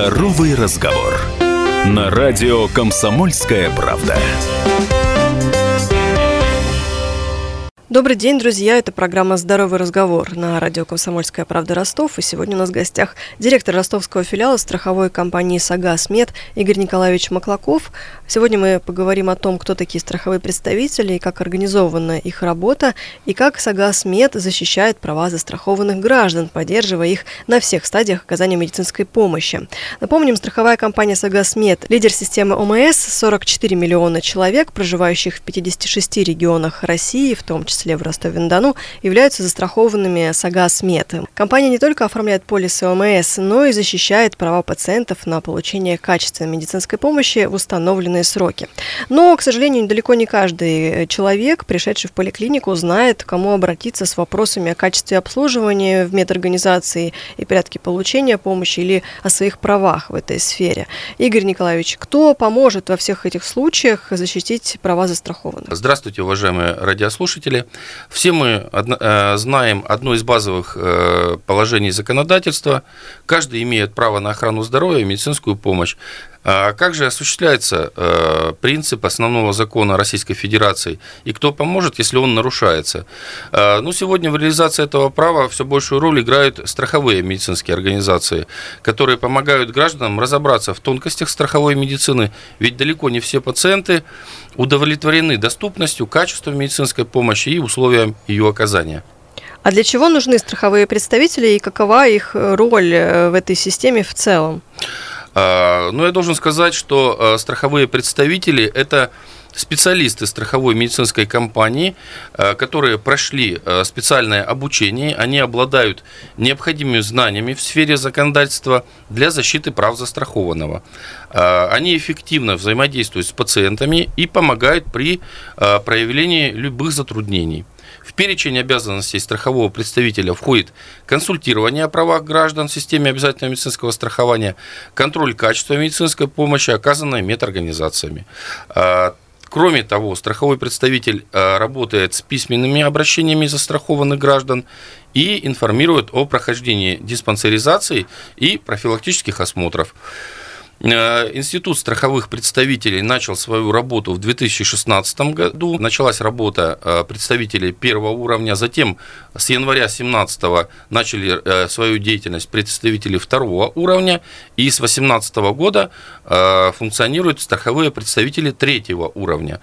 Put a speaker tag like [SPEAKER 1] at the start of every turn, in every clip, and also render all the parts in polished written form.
[SPEAKER 1] Здоровый разговор. На радио «Комсомольская правда».
[SPEAKER 2] Добрый день, друзья. Это программа «Здоровый разговор» на радио «Комсомольская правда» Ростов. И сегодня у нас в гостях директор ростовского филиала страховой компании «Сагас Мед» Игорь Николаевич Маклаков. Сегодня мы поговорим о том, кто такие страховые представители, и как организована их работа, и как «Сагас Мед» защищает права застрахованных граждан, поддерживая их на всех стадиях оказания медицинской помощи. Напомним, страховая компания «Сагас Мед» – лидер системы ОМС, 44 миллиона человек, проживающих в 56 регионах России, в том числе в Ростове-на-Дону, являются застрахованными «Сагас Мед». Компания не только оформляет полисы ОМС, но и защищает права пациентов на получение качественной медицинской помощи в установленные сроки. Но, к сожалению, далеко не каждый человек, пришедший в поликлинику, знает, к кому обратиться с вопросами о качестве обслуживания в медорганизации и порядке получения помощи или о своих правах в этой сфере. Игорь Николаевич, кто поможет во всех этих случаях защитить права застрахованных?
[SPEAKER 3] Здравствуйте, уважаемые радиослушатели. Все мы знаем одно из базовых положений законодательства. Каждый имеет право на охрану здоровья и медицинскую помощь. А как же осуществляется принцип основного закона Российской Федерации и кто поможет, если он нарушается? Сегодня в реализации этого права все большую роль играют страховые медицинские организации, которые помогают гражданам разобраться в тонкостях страховой медицины, ведь далеко не все пациенты удовлетворены доступностью, качеством медицинской помощи и условиям ее оказания.
[SPEAKER 2] А для чего нужны страховые представители и какова их роль в этой системе в целом?
[SPEAKER 3] Я должен сказать, что страховые представители – это специалисты страховой медицинской компании, которые прошли специальное обучение, они обладают необходимыми знаниями в сфере законодательства для защиты прав застрахованного. Они эффективно взаимодействуют с пациентами и помогают при проявлении любых затруднений. В перечень обязанностей страхового представителя входит консультирование о правах граждан в системе обязательного медицинского страхования, контроль качества медицинской помощи, оказанной медорганизациями. Кроме того, страховой представитель работает с письменными обращениями застрахованных граждан и информирует о прохождении диспансеризации и профилактических осмотров. Институт страховых представителей начал свою работу в 2016 году. Началась работа представителей первого уровня, затем с января 2017 начали свою деятельность представители второго уровня, и с 2018 года функционируют страховые представители третьего уровня.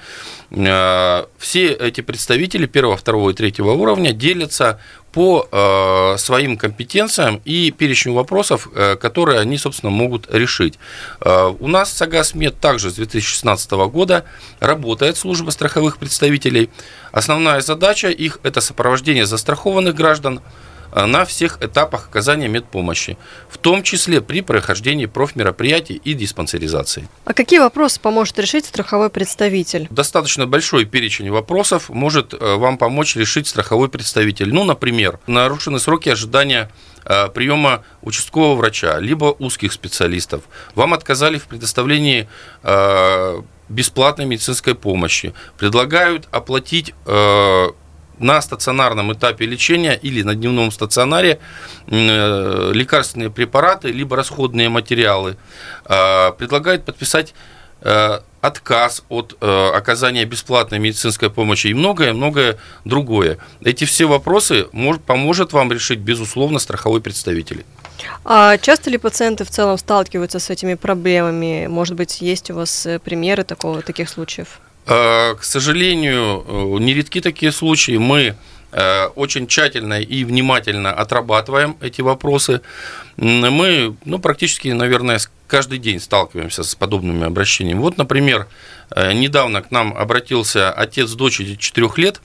[SPEAKER 3] Все эти представители первого, второго и третьего уровня делятся по своим компетенциям и перечню вопросов, которые они, собственно, могут решить. У нас в «Сагас Мед» также с 2016 года работает служба страховых представителей. Основная задача их – это сопровождение застрахованных граждан на всех этапах оказания медпомощи, в том числе при прохождении профмероприятий и диспансеризации.
[SPEAKER 2] А какие вопросы поможет решить страховой представитель?
[SPEAKER 3] Достаточно большой перечень вопросов может вам помочь решить страховой представитель. Например, нарушены сроки ожидания приема участкового врача, либо узких специалистов. Вам отказали в предоставлении бесплатной медицинской помощи. Предлагают оплатить на стационарном этапе лечения или на дневном стационаре лекарственные препараты, либо расходные материалы. Предлагают подписать отказ от оказания бесплатной медицинской помощи и многое другое. Эти все вопросы поможет вам решить, безусловно, страховой представитель.
[SPEAKER 2] А часто ли пациенты в целом сталкиваются с этими проблемами? Может быть, есть у вас примеры таких случаев?
[SPEAKER 3] К сожалению, нередки такие случаи. Мы очень тщательно и внимательно отрабатываем эти вопросы. Мы практически, наверное, каждый день сталкиваемся с подобными обращениями. Например, недавно к нам обратился отец дочери 4 лет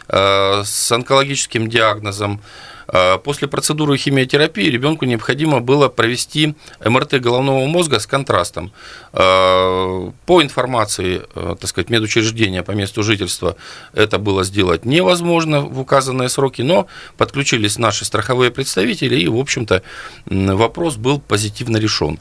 [SPEAKER 3] с онкологическим диагнозом. После процедуры химиотерапии ребенку необходимо было провести МРТ головного мозга с контрастом. По информации, медучреждения по месту жительства это было сделать невозможно в указанные сроки, но подключились наши страховые представители, и, в общем-то, вопрос был позитивно решен.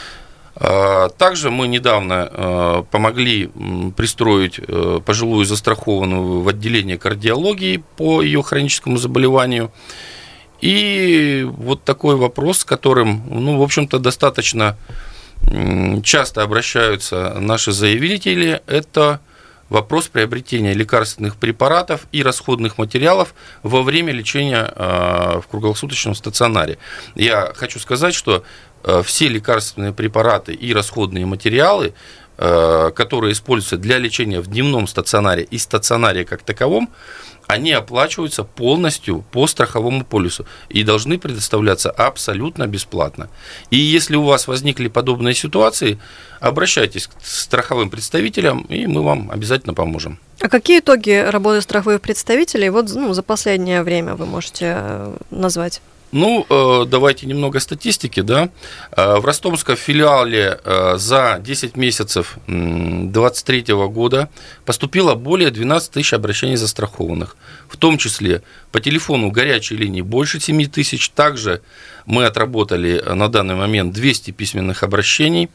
[SPEAKER 3] Также мы недавно помогли пристроить пожилую застрахованную в отделение кардиологии по ее хроническому заболеванию. И вот такой вопрос, с которым, в общем-то, достаточно часто обращаются наши заявители, это вопрос приобретения лекарственных препаратов и расходных материалов во время лечения в круглосуточном стационаре. Я хочу сказать, что все лекарственные препараты и расходные материалы, которые используются для лечения в дневном стационаре и стационаре как таковом, они оплачиваются полностью по страховому полису и должны предоставляться абсолютно бесплатно. И если у вас возникли подобные ситуации, обращайтесь к страховым представителям, и мы вам обязательно поможем.
[SPEAKER 2] А какие итоги работы страховых представителей за последнее время вы можете назвать?
[SPEAKER 3] Давайте немного статистики, да. В ростовском филиале за 10 месяцев 2023 года поступило более 12 тысяч обращений застрахованных, в том числе по телефону горячей линии больше 7 тысяч. Также мы отработали на данный момент 200 письменных обращений.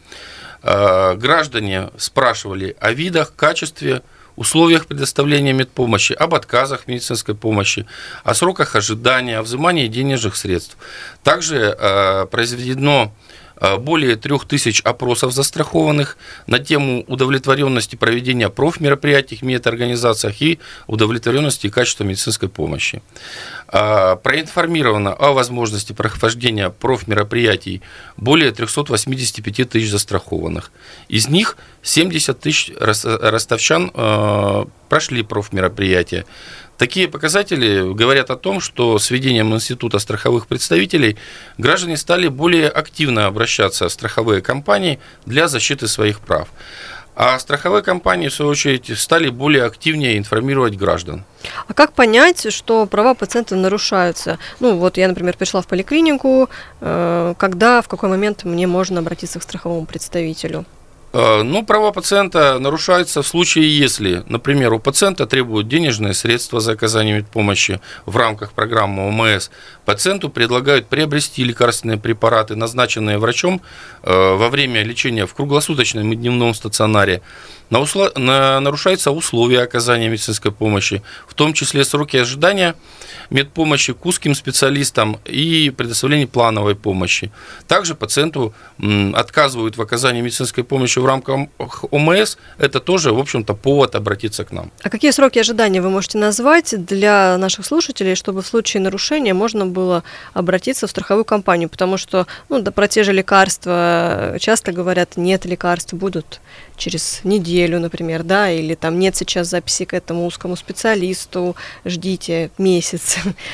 [SPEAKER 3] Граждане спрашивали о видах, качестве, условиях предоставления медпомощи, об отказах медицинской помощи, о сроках ожидания, о взимании денежных средств. Также произведено более 3000 опросов застрахованных на тему удовлетворенности проведения профмероприятий в медорганизациях и удовлетворенности и качества медицинской помощи. Проинформировано о возможности прохождения профмероприятий более 385 тысяч застрахованных. Из них 70 тысяч ростовчан прошли профмероприятия. Такие показатели говорят о том, что с введением института страховых представителей граждане стали более активно обращаться в страховые компании для защиты своих прав. А страховые компании, в свою очередь, стали более активнее информировать граждан.
[SPEAKER 2] А как понять, что права пациента нарушаются? Я, например, пришла в поликлинику, когда, в какой момент мне можно обратиться к страховому представителю?
[SPEAKER 3] Права пациента нарушаются в случае, если, например, у пациента требуют денежные средства за оказание медпомощи в рамках программы ОМС, пациенту предлагают приобрести лекарственные препараты, назначенные врачом во время лечения в круглосуточном и дневном стационаре, нарушаются условия оказания медицинской помощи, в том числе сроки ожидания медпомощи к узким специалистам и предоставление плановой помощи. Также пациенту отказывают в оказании медицинской помощи в рамках ОМС. Это тоже, в общем-то, повод обратиться к нам.
[SPEAKER 2] А какие сроки ожидания вы можете назвать для наших слушателей, чтобы в случае нарушения можно было обратиться в страховую компанию? Потому что про те же лекарства часто говорят, нет лекарств, будут через неделю, например, да, или там нет сейчас записи к этому узкому специалисту, ждите месяц.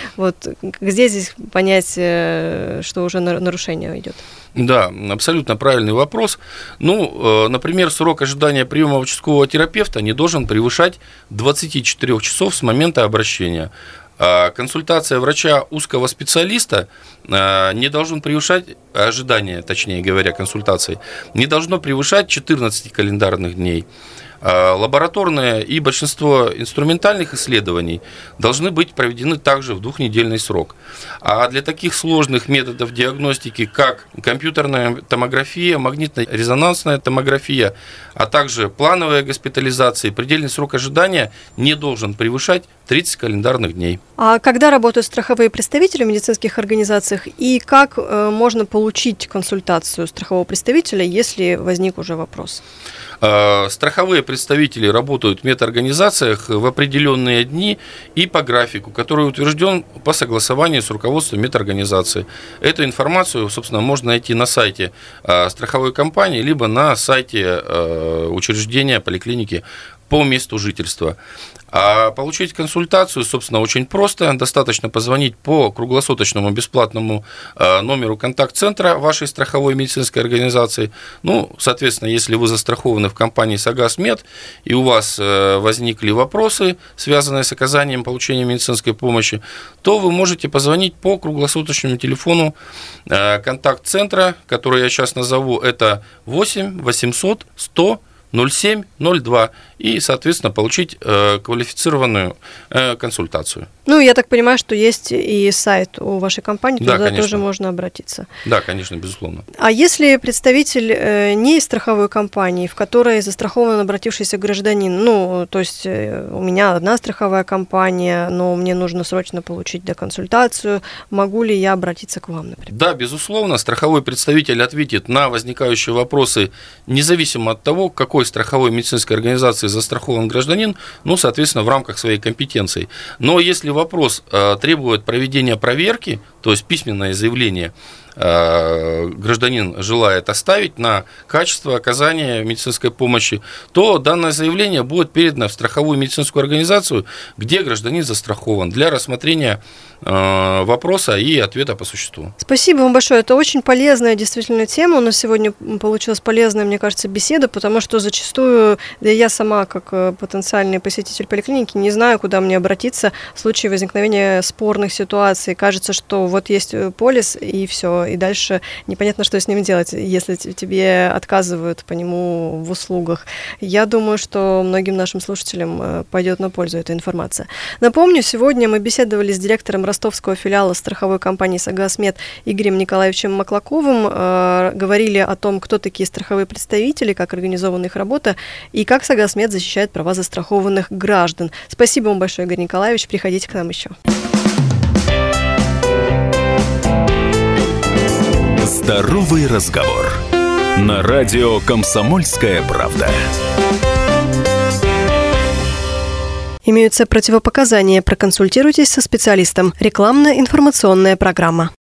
[SPEAKER 2] Где здесь понять, что уже нарушение идет?
[SPEAKER 3] Да, абсолютно правильный вопрос. Например, срок ожидания приема участкового терапевта не должен превышать 24 часов с момента обращения. Консультация врача узкого специалиста не должен превышать, ожидание, точнее говоря, консультации, не должно превышать 14 календарных дней. Лабораторные и большинство инструментальных исследований должны быть проведены также в 2-недельный срок. А для таких сложных методов диагностики, как компьютерная томография, магнитно-резонансная томография, а также плановая госпитализация, предельный срок ожидания не должен превышать 30 календарных дней.
[SPEAKER 2] А когда работают страховые представители в медицинских организациях, и как можно получить консультацию страхового представителя, если возник уже вопрос?
[SPEAKER 3] Страховые представители работают в медорганизациях в определенные дни и по графику, который утвержден по согласованию с руководством медорганизации. Эту информацию, собственно, можно найти на сайте страховой компании, либо на сайте учреждения, поликлиники по месту жительства. А получить консультацию, собственно, очень просто. Достаточно позвонить по круглосуточному бесплатному номеру контакт-центра вашей страховой медицинской организации. Соответственно, если вы застрахованы в компании «Сагас Мед» и у вас возникли вопросы, связанные с оказанием получения медицинской помощи, то вы можете позвонить по круглосуточному телефону контакт-центра, который я сейчас назову. Это 8 800 100 0702 и, соответственно, получить квалифицированную консультацию.
[SPEAKER 2] Ну, я так понимаю, что есть и сайт у вашей компании,
[SPEAKER 3] Да,
[SPEAKER 2] туда
[SPEAKER 3] конечно.
[SPEAKER 2] тоже можно обратиться.
[SPEAKER 3] Да, конечно, безусловно.
[SPEAKER 2] А если представитель не из страховой компании, в которой застрахован обратившийся гражданин, ну, то есть у меня одна страховая компания, но мне нужно срочно получить консультацию, могу ли я обратиться к вам, например?
[SPEAKER 3] Да, безусловно, страховой представитель ответит на возникающие вопросы, независимо от того, к какой страховой медицинской организации застрахован гражданин, ну, соответственно, в рамках своей компетенции. Но если вопрос требует проведения проверки, то есть письменное заявление гражданин желает оставить на качество оказания медицинской помощи, то данное заявление будет передано в страховую медицинскую организацию, где гражданин застрахован, для рассмотрения вопроса и ответа по существу.
[SPEAKER 2] Спасибо вам большое. Это очень полезная действительно тема. У нас сегодня получилась полезная, мне кажется, беседа, потому что зачастую, да и я сама, как потенциальный посетитель поликлиники, не знаю, куда мне обратиться в случае возникновения спорных ситуаций. Кажется, что вот есть полис, и все, и дальше непонятно, что с ним делать, если тебе отказывают по нему в услугах. Я думаю, что многим нашим слушателям пойдет на пользу эта информация. Напомню, сегодня мы беседовали с директором ростовского филиала страховой компании «Сагас Мед» Игорем Николаевичем Маклаковым, говорили о том, кто такие страховые представители, как организована их работа и как «Сагас Мед» защищает права застрахованных граждан. Спасибо вам большое, Игорь Николаевич, приходите к нам еще.
[SPEAKER 1] Здоровый разговор. На радио «Комсомольская правда».
[SPEAKER 2] Имеются противопоказания. Проконсультируйтесь со специалистом. Рекламно-информационная программа.